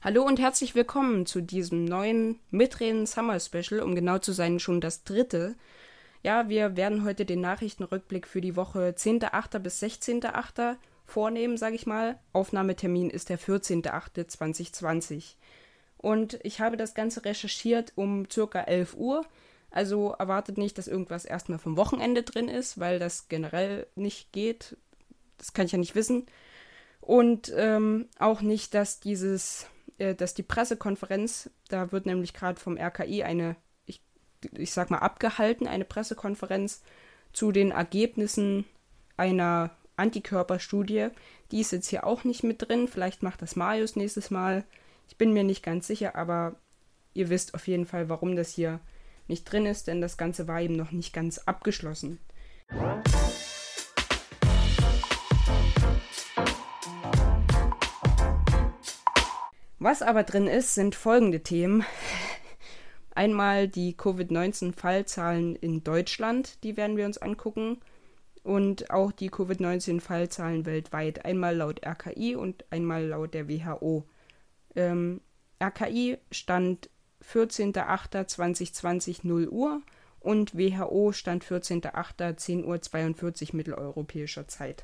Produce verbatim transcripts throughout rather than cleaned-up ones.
Hallo und herzlich willkommen zu diesem neuen Mitreden Summer Special, um genau zu sein schon das dritte. Ja, wir werden heute den Nachrichtenrückblick für die Woche zehnter achter bis sechzehnter achter vornehmen, sage ich mal. Aufnahmetermin ist der vierzehnter achter zweitausendzwanzig. Und ich habe das Ganze recherchiert um circa elf Uhr. Also erwartet nicht, dass irgendwas erstmal vom Wochenende drin ist, weil das generell nicht geht. Das kann ich ja nicht wissen. Und ähm, auch nicht, dass dieses... dass die Pressekonferenz, da wird nämlich gerade vom R K I eine, ich, ich sag mal abgehalten, eine Pressekonferenz zu den Ergebnissen einer Antikörperstudie. Die ist jetzt hier auch nicht mit drin, vielleicht macht das Marius nächstes Mal. Ich bin mir nicht ganz sicher, aber ihr wisst auf jeden Fall, warum das hier nicht drin ist, denn das Ganze war eben noch nicht ganz abgeschlossen. Was aber drin ist, sind folgende Themen. Einmal die Covid neunzehn Fallzahlen in Deutschland, die werden wir uns angucken. Und auch die Covid neunzehn Fallzahlen weltweit. Einmal laut R K I und einmal laut der W H O. Ähm, R K I stand vierzehnter achter zweitausendzwanzig null Uhr und W H O stand vierzehnter achter zehn Uhr zweiundvierzig mitteleuropäischer Zeit.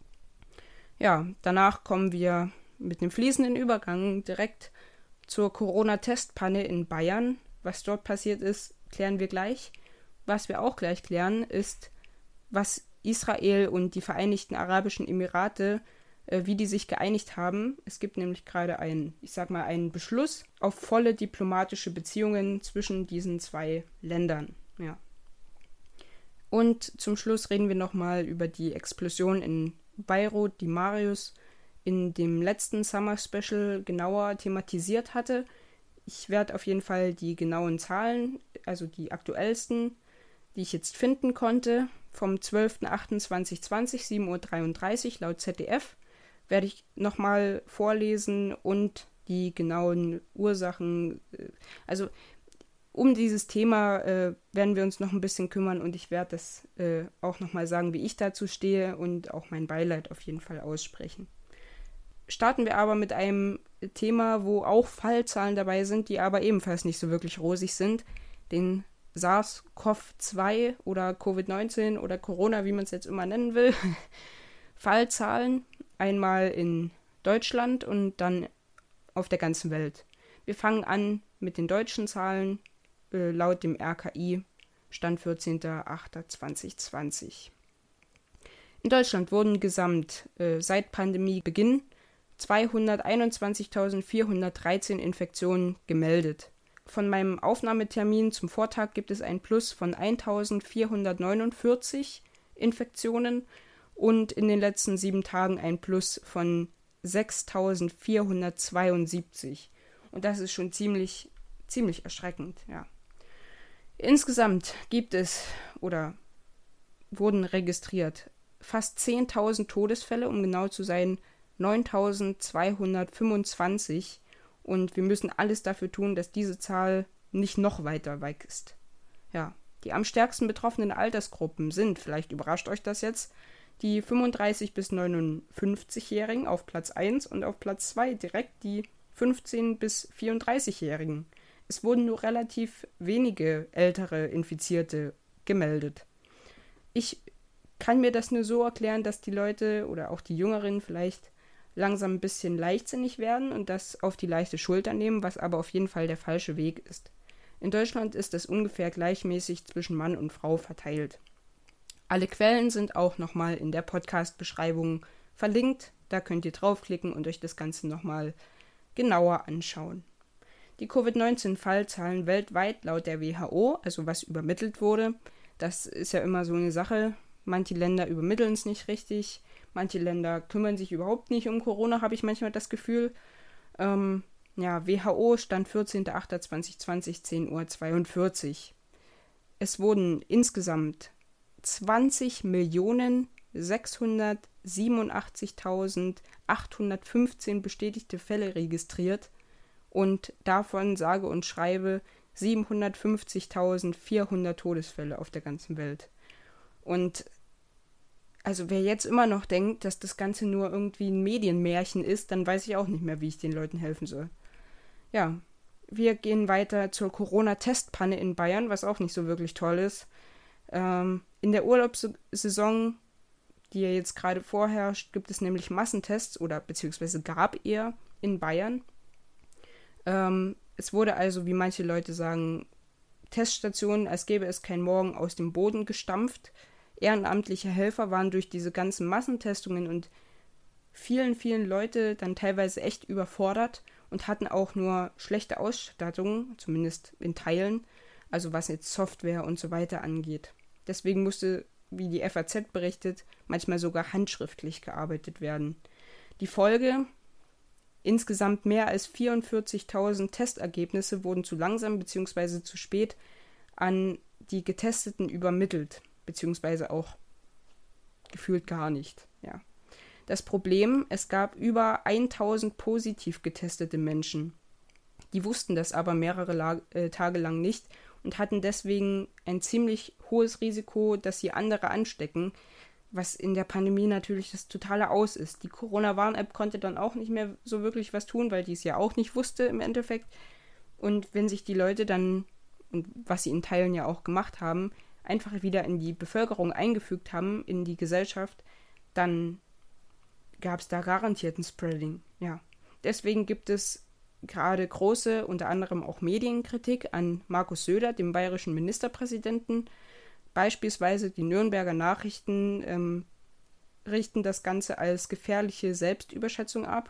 Ja, danach kommen wir mit einem fließenden Übergang direkt zur Corona-Testpanne in Bayern. Was dort passiert ist, klären wir gleich. Was wir auch gleich klären, ist, was Israel und die Vereinigten Arabischen Emirate, äh, wie die sich geeinigt haben. Es gibt nämlich gerade einen, ich sag mal, einen Beschluss auf volle diplomatische Beziehungen zwischen diesen zwei Ländern. Ja. Und zum Schluss reden wir nochmal über die Explosion in Beirut, die Marius in dem letzten Summer Special genauer thematisiert hatte. Ich werde auf jeden Fall die genauen Zahlen, also die aktuellsten, die ich jetzt finden konnte, vom zwölfter achter zweitausendzwanzig, sieben Uhr dreiunddreißig laut Z D F, werde ich nochmal vorlesen und die genauen Ursachen, also um dieses Thema äh, werden wir uns noch ein bisschen kümmern und ich werde das äh, auch nochmal sagen, wie ich dazu stehe und auch mein Beileid auf jeden Fall aussprechen. Starten wir aber mit einem Thema, wo auch Fallzahlen dabei sind, die aber ebenfalls nicht so wirklich rosig sind, den SARS-C o V zwei oder Covid neunzehn oder Corona, wie man es jetzt immer nennen will. Fallzahlen, einmal in Deutschland und dann auf der ganzen Welt. Wir fangen an mit den deutschen Zahlen, äh, laut dem R K I, Stand vierzehnter achter zweitausendzwanzig. In Deutschland wurden gesamt äh, seit Pandemiebeginn zweihunderteinundzwanzigtausendvierhundertdreizehn Infektionen gemeldet. Von meinem Aufnahmetermin zum Vortag gibt es ein Plus von eintausendvierhundertneunundvierzig Infektionen und in den letzten sieben Tagen ein Plus von sechstausendvierhundertzweiundsiebzig. Und das ist schon ziemlich, ziemlich erschreckend, ja. Insgesamt gibt es oder wurden registriert fast zehntausend Todesfälle, um genau zu sein, neuntausendzweihundertfünfundzwanzig, und wir müssen alles dafür tun, dass diese Zahl nicht noch weiter wächst. Ja, die am stärksten betroffenen Altersgruppen sind, vielleicht überrascht euch das jetzt, die fünfunddreißig- bis neunundfünfzigjährigen auf Platz eins und auf Platz zwei direkt die fünfzehn- bis vierunddreißigjährigen. Es wurden nur relativ wenige ältere Infizierte gemeldet. Ich kann mir das nur so erklären, dass die Leute oder auch die Jüngeren vielleicht langsam ein bisschen leichtsinnig werden und das auf die leichte Schulter nehmen, was aber auf jeden Fall der falsche Weg ist. In Deutschland ist es ungefähr gleichmäßig zwischen Mann und Frau verteilt. Alle Quellen sind auch nochmal in der Podcast-Beschreibung verlinkt. Da könnt ihr draufklicken und euch das Ganze nochmal genauer anschauen. Die Covid neunzehn Fallzahlen weltweit laut der W H O, also was übermittelt wurde, das ist ja immer so eine Sache. Manche Länder übermitteln es nicht richtig. Manche Länder kümmern sich überhaupt nicht um Corona, habe ich manchmal das Gefühl. Ähm, ja, W H O stand vierzehnter achter zweitausendzwanzig, zehn Uhr zweiundvierzig. Es wurden insgesamt zwanzig Millionen sechshundertsiebenundachtzigtausendachthundertfünfzehn bestätigte Fälle registriert und davon sage und schreibe siebenhundertfünfzigtausendvierhundert Todesfälle auf der ganzen Welt. Und also wer jetzt immer noch denkt, dass das Ganze nur irgendwie ein Medienmärchen ist, dann weiß ich auch nicht mehr, wie ich den Leuten helfen soll. Ja, wir gehen weiter zur Corona-Testpanne in Bayern, was auch nicht so wirklich toll ist. Ähm, in der Urlaubssaison, die ja jetzt gerade vorherrscht, gibt es nämlich Massentests oder beziehungsweise gab eher in Bayern. Ähm, es wurde also, wie manche Leute sagen, Teststationen, als gäbe es kein Morgen, aus dem Boden gestampft. Ehrenamtliche Helfer waren durch diese ganzen Massentestungen und vielen, vielen Leute dann teilweise echt überfordert und hatten auch nur schlechte Ausstattung, zumindest in Teilen, also was jetzt Software und so weiter angeht. Deswegen musste, wie die F A Z berichtet, manchmal sogar handschriftlich gearbeitet werden. Die Folge: insgesamt mehr als vierundvierzigtausend Testergebnisse wurden zu langsam bzw. zu spät an die Getesteten übermittelt, beziehungsweise auch gefühlt gar nicht. Ja. Das Problem: es gab über tausend positiv getestete Menschen. Die wussten das aber mehrere La- äh, Tage lang nicht und hatten deswegen ein ziemlich hohes Risiko, dass sie andere anstecken, was in der Pandemie natürlich das totale Aus ist. Die Corona-Warn-App konnte dann auch nicht mehr so wirklich was tun, weil die es ja auch nicht wusste im Endeffekt. Und wenn sich die Leute dann, und was sie in Teilen ja auch gemacht haben, einfach wieder in die Bevölkerung eingefügt haben, in die Gesellschaft, dann gab es da garantierten Spreading. Ja. Deswegen gibt es gerade große, unter anderem auch Medienkritik an Markus Söder, dem bayerischen Ministerpräsidenten. Beispielsweise die Nürnberger Nachrichten ähm, richten das Ganze als gefährliche Selbstüberschätzung ab.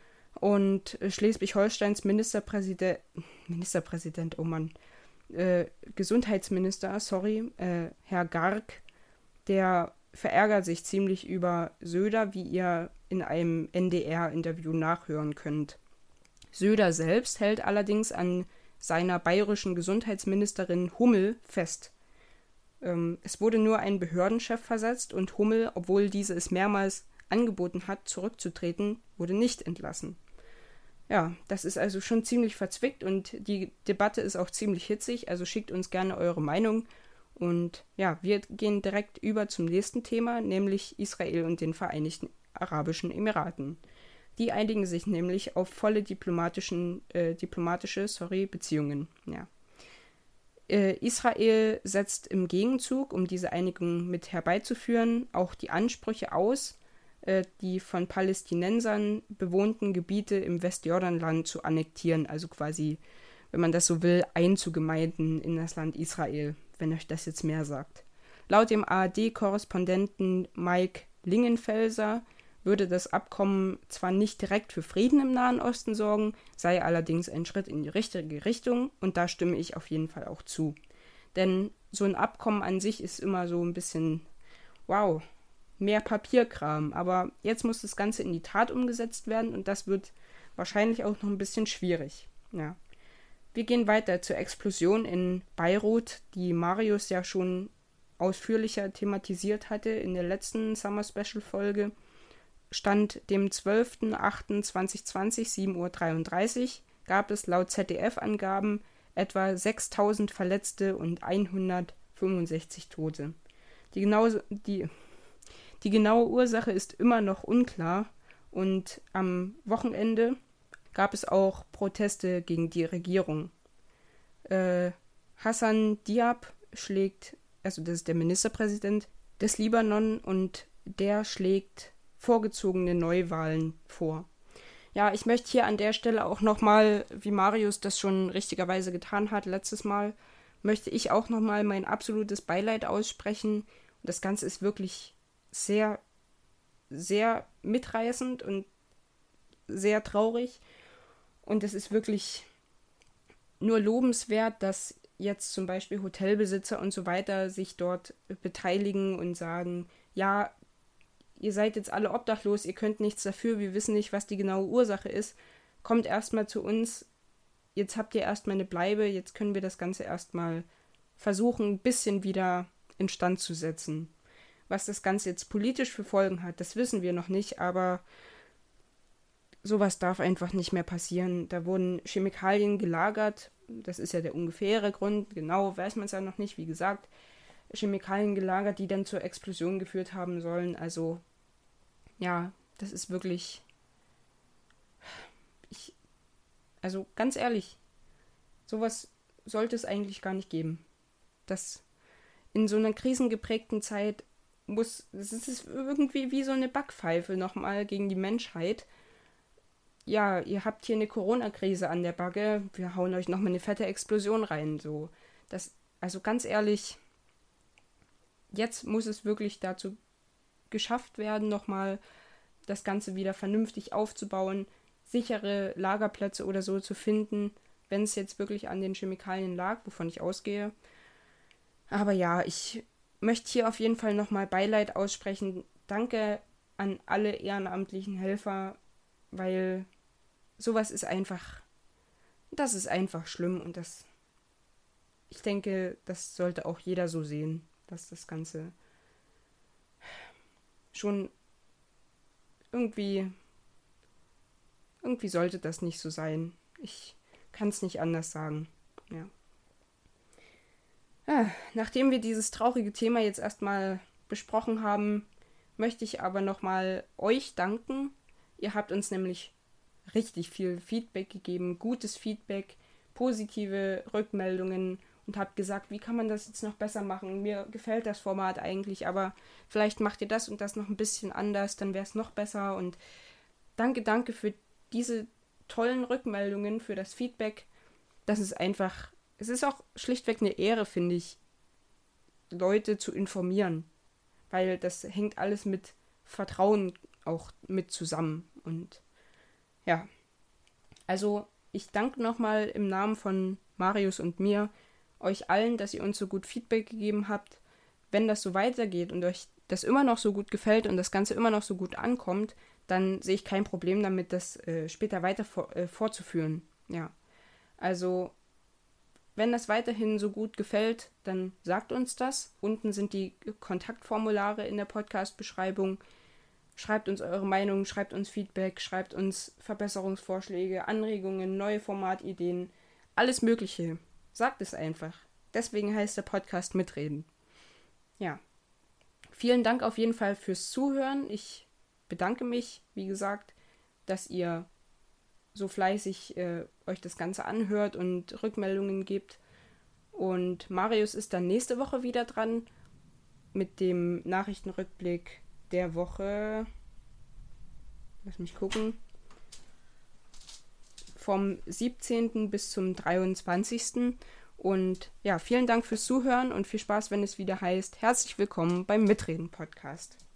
Und Schleswig-Holsteins Ministerpräsident, Ministerpräsident, oh Mann, äh, Gesundheitsminister, sorry, äh, Herr Garg, der verärgert sich ziemlich über Söder, wie ihr in einem N D R-Interview nachhören könnt. Söder selbst hält allerdings an seiner bayerischen Gesundheitsministerin Hummel fest. Ähm, es wurde nur ein Behördenchef versetzt und Hummel, obwohl diese es mehrmals angeboten hat, zurückzutreten, wurde nicht entlassen. Ja, das ist also schon ziemlich verzwickt und die Debatte ist auch ziemlich hitzig, also schickt uns gerne eure Meinung. Und ja, wir gehen direkt über zum nächsten Thema, nämlich Israel und den Vereinigten Arabischen Emiraten. Die einigen sich nämlich auf volle diplomatischen, äh, diplomatische sorry, Beziehungen. Ja. Äh, Israel setzt im Gegenzug, um diese Einigung mit herbeizuführen, auch die Ansprüche aus, äh, die von Palästinensern bewohnten Gebiete im Westjordanland zu annektieren, also quasi, wenn man das so will, einzugemeinden in das Land Israel, wenn euch das jetzt mehr sagt. Laut dem A R D-Korrespondenten Mike Lingenfelser würde das Abkommen zwar nicht direkt für Frieden im Nahen Osten sorgen, sei allerdings ein Schritt in die richtige Richtung und da stimme ich auf jeden Fall auch zu. Denn so ein Abkommen an sich ist immer so ein bisschen, wow, mehr Papierkram, aber jetzt muss das Ganze in die Tat umgesetzt werden und das wird wahrscheinlich auch noch ein bisschen schwierig. Ja. Wir gehen weiter zur Explosion in Beirut, die Marius ja schon ausführlicher thematisiert hatte in der letzten Summer Special Folge. Stand dem zwölften achten zweitausendzwanzig, sieben Uhr dreiunddreißig, gab es laut Z D F-Angaben etwa sechstausend Verletzte und hundertfünfundsechzig Tote. Die genaue, die, die genaue Ursache ist immer noch unklar und am Wochenende gab es auch Proteste gegen die Regierung. Äh, Hassan Diab schlägt, also das ist der Ministerpräsident des Libanon, und der schlägt vorgezogene Neuwahlen vor. Ja, ich möchte hier an der Stelle auch nochmal, wie Marius das schon richtigerweise getan hat letztes Mal, möchte ich auch nochmal mein absolutes Beileid aussprechen. Das Ganze ist wirklich sehr, sehr mitreißend und sehr traurig. Und es ist wirklich nur lobenswert, dass jetzt zum Beispiel Hotelbesitzer und so weiter sich dort beteiligen und sagen, ja, ihr seid jetzt alle obdachlos, ihr könnt nichts dafür, wir wissen nicht, was die genaue Ursache ist. Kommt erstmal zu uns, jetzt habt ihr erstmal eine Bleibe, jetzt können wir das Ganze erstmal versuchen, ein bisschen wieder instand zu setzen. Was das Ganze jetzt politisch für Folgen hat, das wissen wir noch nicht, aber sowas darf einfach nicht mehr passieren. Da wurden Chemikalien gelagert, das ist ja der ungefähre Grund, genau weiß man es ja noch nicht, wie gesagt, Chemikalien gelagert, die dann zur Explosion geführt haben sollen, also ja, das ist wirklich, ich, Also ganz ehrlich, sowas sollte es eigentlich gar nicht geben. Das in so einer krisengeprägten Zeit muss, es ist irgendwie wie so eine Backpfeife nochmal gegen die Menschheit. Ja, ihr habt hier eine Corona-Krise an der Backe, wir hauen euch nochmal eine fette Explosion rein. So. Das, also ganz ehrlich, jetzt muss es wirklich dazu geschafft werden, nochmal das Ganze wieder vernünftig aufzubauen, sichere Lagerplätze oder so zu finden, wenn es jetzt wirklich an den Chemikalien lag, wovon ich ausgehe. Aber ja, ich möchte hier auf jeden Fall nochmal Beileid aussprechen. Danke an alle ehrenamtlichen Helfer, weil sowas ist einfach, das ist einfach schlimm und das, ich denke, das sollte auch jeder so sehen, dass das Ganze schon irgendwie, irgendwie sollte das nicht so sein. Ich kann es nicht anders sagen, ja. Ah, nachdem wir dieses traurige Thema jetzt erstmal besprochen haben, möchte ich aber nochmal euch danken. Ihr habt uns nämlich richtig viel Feedback gegeben, gutes Feedback, positive Rückmeldungen und habt gesagt, wie kann man das jetzt noch besser machen? Mir gefällt das Format eigentlich, aber vielleicht macht ihr das und das noch ein bisschen anders, dann wäre es noch besser. Und danke, danke für diese tollen Rückmeldungen, für das Feedback. Das ist einfach, es ist auch schlichtweg eine Ehre, finde ich, Leute zu informieren, weil das hängt alles mit Vertrauen auch mit zusammen. Und ja, also ich danke nochmal im Namen von Marius und mir, euch allen, dass ihr uns so gut Feedback gegeben habt. Wenn das so weitergeht und euch das immer noch so gut gefällt und das Ganze immer noch so gut ankommt, dann sehe ich kein Problem damit, das äh, später weiter vor, äh, fortzuführen. Ja, also wenn das weiterhin so gut gefällt, dann sagt uns das. Unten sind die Kontaktformulare in der Podcast-Beschreibung. Schreibt uns eure Meinung, schreibt uns Feedback, schreibt uns Verbesserungsvorschläge, Anregungen, neue Formatideen, alles Mögliche. Sagt es einfach. Deswegen heißt der Podcast Mitreden. Ja. Vielen Dank auf jeden Fall fürs Zuhören. Ich bedanke mich, wie gesagt, dass ihr so fleißig äh, euch das Ganze anhört und Rückmeldungen gebt. Und Marius ist dann nächste Woche wieder dran mit dem Nachrichtenrückblick der Woche. Lass mich gucken. Vom siebzehnten bis zum dreiundzwanzigsten Und ja, vielen Dank fürs Zuhören und viel Spaß, wenn es wieder heißt, herzlich willkommen beim Mitreden-Podcast.